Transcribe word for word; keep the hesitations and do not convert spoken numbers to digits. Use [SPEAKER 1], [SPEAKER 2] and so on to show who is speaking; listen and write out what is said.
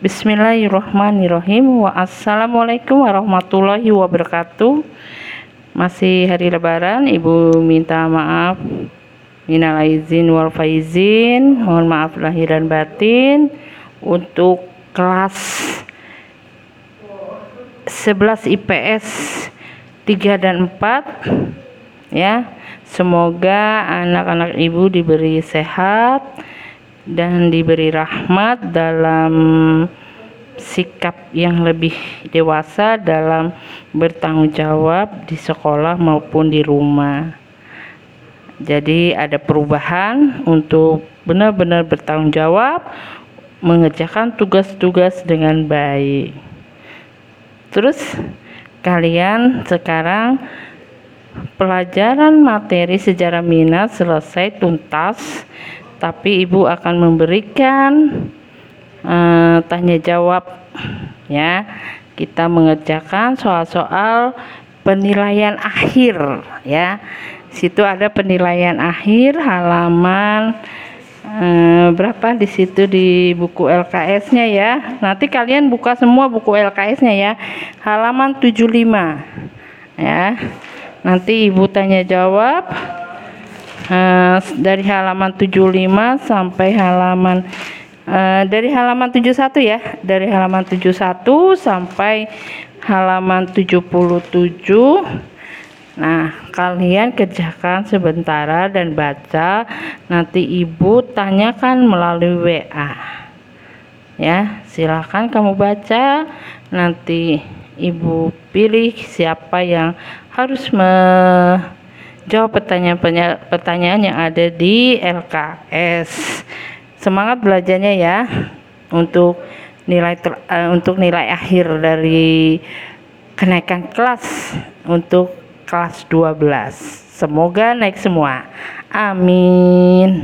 [SPEAKER 1] Bismillahirrahmanirrahim. Wa assalamualaikum warahmatullahi wabarakatuh. Masih hari lebaran, Ibu minta maaf minal aizin wal faizin, mohon maaf lahir dan batin untuk kelas sebelas I P S tiga dan empat ya. Semoga anak-anak Ibu diberi sehat dan diberi rahmat dalam sikap yang lebih dewasa dalam bertanggung jawab di sekolah maupun di rumah. Jadi ada perubahan untuk benar-benar bertanggung jawab, mengerjakan tugas-tugas dengan baik. Terus kalian sekarang pelajaran materi sejarah minat selesai tuntas, tapi Ibu akan memberikan uh, tanya jawab ya. Kita mengerjakan soal-soal penilaian akhir ya. Situ ada penilaian akhir halaman uh, berapa di situ di buku L K S-nya ya. Nanti kalian buka semua buku L K S-nya ya. Halaman tujuh puluh lima ya. Nanti Ibu tanya jawab Uh, dari halaman tujuh puluh lima sampai halaman uh, dari halaman tujuh puluh satu ya, dari halaman tujuh puluh satu sampai halaman tujuh puluh tujuh. Nah, kalian kerjakan sebentar dan baca, nanti Ibu tanyakan melalui W A ya. Silakan kamu baca, nanti Ibu pilih siapa yang harus me jawab pertanyaan-pertanyaan yang ada di L K S. Semangat belajarnya ya untuk nilai ter, uh, untuk nilai akhir dari kenaikan kelas untuk kelas dua belas. Semoga naik semua. Amin.